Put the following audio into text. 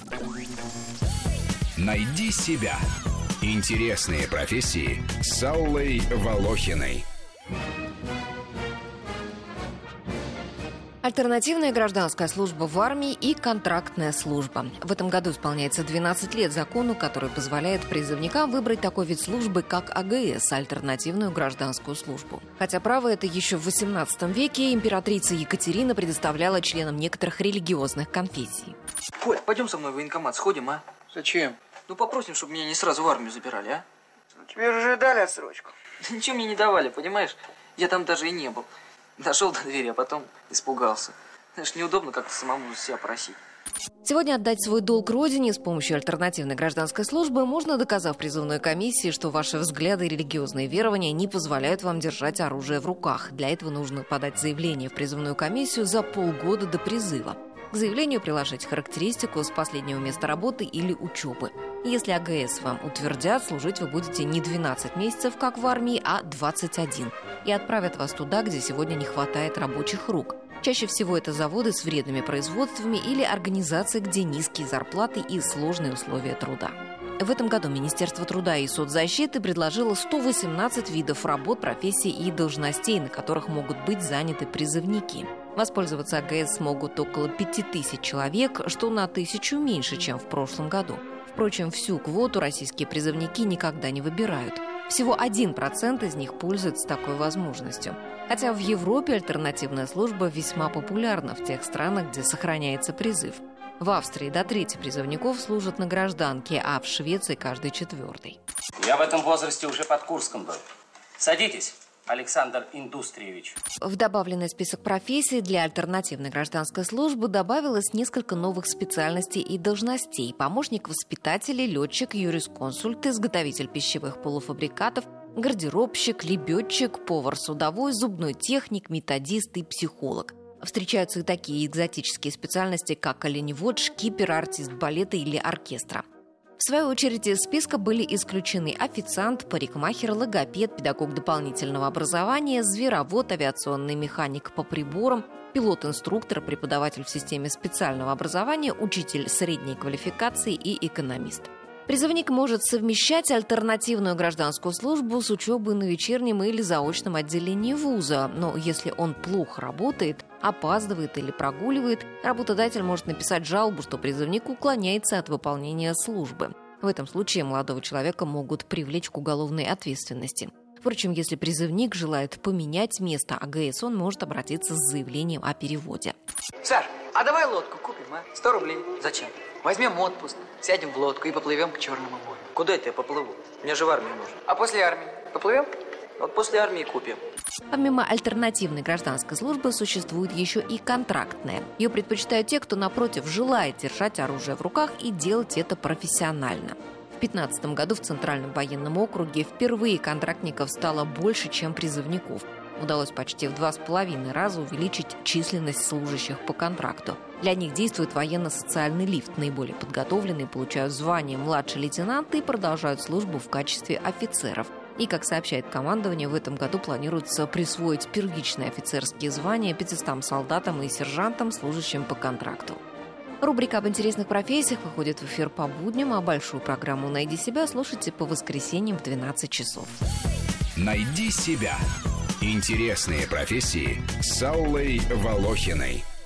Найди себя. Интересные профессии с Аллой Волохиной. Альтернативная гражданская служба в армии и контрактная служба. В этом году исполняется 12 лет закону, который позволяет призывникам выбрать такой вид службы, как АГС – альтернативную гражданскую службу. Хотя право это еще в XVIII веке императрица Екатерина предоставляла членам некоторых религиозных конфессий. Коль, пойдем со мной в военкомат сходим, а? Зачем? Ну попросим, чтобы меня не сразу в армию забирали, а? Тебе же уже дали отсрочку. Ничего мне не давали, понимаешь? Я там даже и не был. Дошел до двери, а потом испугался. Знаешь, неудобно как-то самому себя просить. Сегодня отдать свой долг родине с помощью альтернативной гражданской службы можно, доказав призывной комиссии, что ваши взгляды и религиозные верования не позволяют вам держать оружие в руках. Для этого нужно подать заявление в призывную комиссию за полгода до призыва. К заявлению приложить характеристику с последнего места работы или учебы. Если АГС вам утвердят, служить вы будете не 12 месяцев, как в армии, а 21. И отправят вас туда, где сегодня не хватает рабочих рук. Чаще всего это заводы с вредными производствами или организации, где низкие зарплаты и сложные условия труда. В этом году Министерство труда и соцзащиты предложило 118 видов работ, профессий и должностей, на которых могут быть заняты призывники. Воспользоваться АГС смогут около 5000 человек, что на 1000 меньше, чем в прошлом году. Впрочем, всю квоту российские призывники никогда не выбирают. Всего 1% из них пользуется такой возможностью. Хотя в Европе альтернативная служба весьма популярна в тех странах, где сохраняется призыв. В Австрии до трети призывников служат на гражданке, а в Швеции каждый 4-й. Я в этом возрасте уже под Курском был. Садитесь, Александр Индустриевич. В добавленный список профессий для альтернативной гражданской службы добавилось несколько новых специальностей и должностей. Помощник воспитателя, летчик, юрисконсульт, изготовитель пищевых полуфабрикатов, гардеробщик, лебедчик, повар судовой, зубной техник, методист и психолог. Встречаются и такие экзотические специальности, как оленевод, шкипер, артист балета или оркестра. В свою очередь из списка были исключены официант, парикмахер, логопед, педагог дополнительного образования, зверовод, авиационный механик по приборам, пилот-инструктор, преподаватель в системе специального образования, учитель средней квалификации и экономист. Призывник может совмещать альтернативную гражданскую службу с учебой на вечернем или заочном отделении вуза. Но если он плохо работает, опаздывает или прогуливает, работодатель может написать жалобу, что призывник уклоняется от выполнения службы. В этом случае молодого человека могут привлечь к уголовной ответственности. Впрочем, если призывник желает поменять место АГС, он может обратиться с заявлением о переводе. Саш, а давай лодку купим, а? 100 рублей. Зачем? Возьмем отпуск, сядем в лодку и поплывем к Черному морю. Куда это я поплыву? Мне же в армию нужно. А после армии поплывем? Вот после армии купим. Помимо альтернативной гражданской службы существует еще и контрактная. Ее предпочитают те, кто, напротив, желает держать оружие в руках и делать это профессионально. В 2015 году в Центральном военном округе впервые контрактников стало больше, чем призывников. Удалось почти в 2,5 раза увеличить численность служащих по контракту. Для них действует военно-социальный лифт. Наиболее подготовленные получают звание младший лейтенант и продолжают службу в качестве офицеров. И, как сообщает командование, в этом году планируется присвоить первичные офицерские звания 500 солдатам и сержантам, служащим по контракту. Рубрика об интересных профессиях выходит в эфир по будням, а большую программу «Найди себя» слушайте по воскресеньям в 12 часов. Найди себя. Интересные профессии с Аллой Волохиной.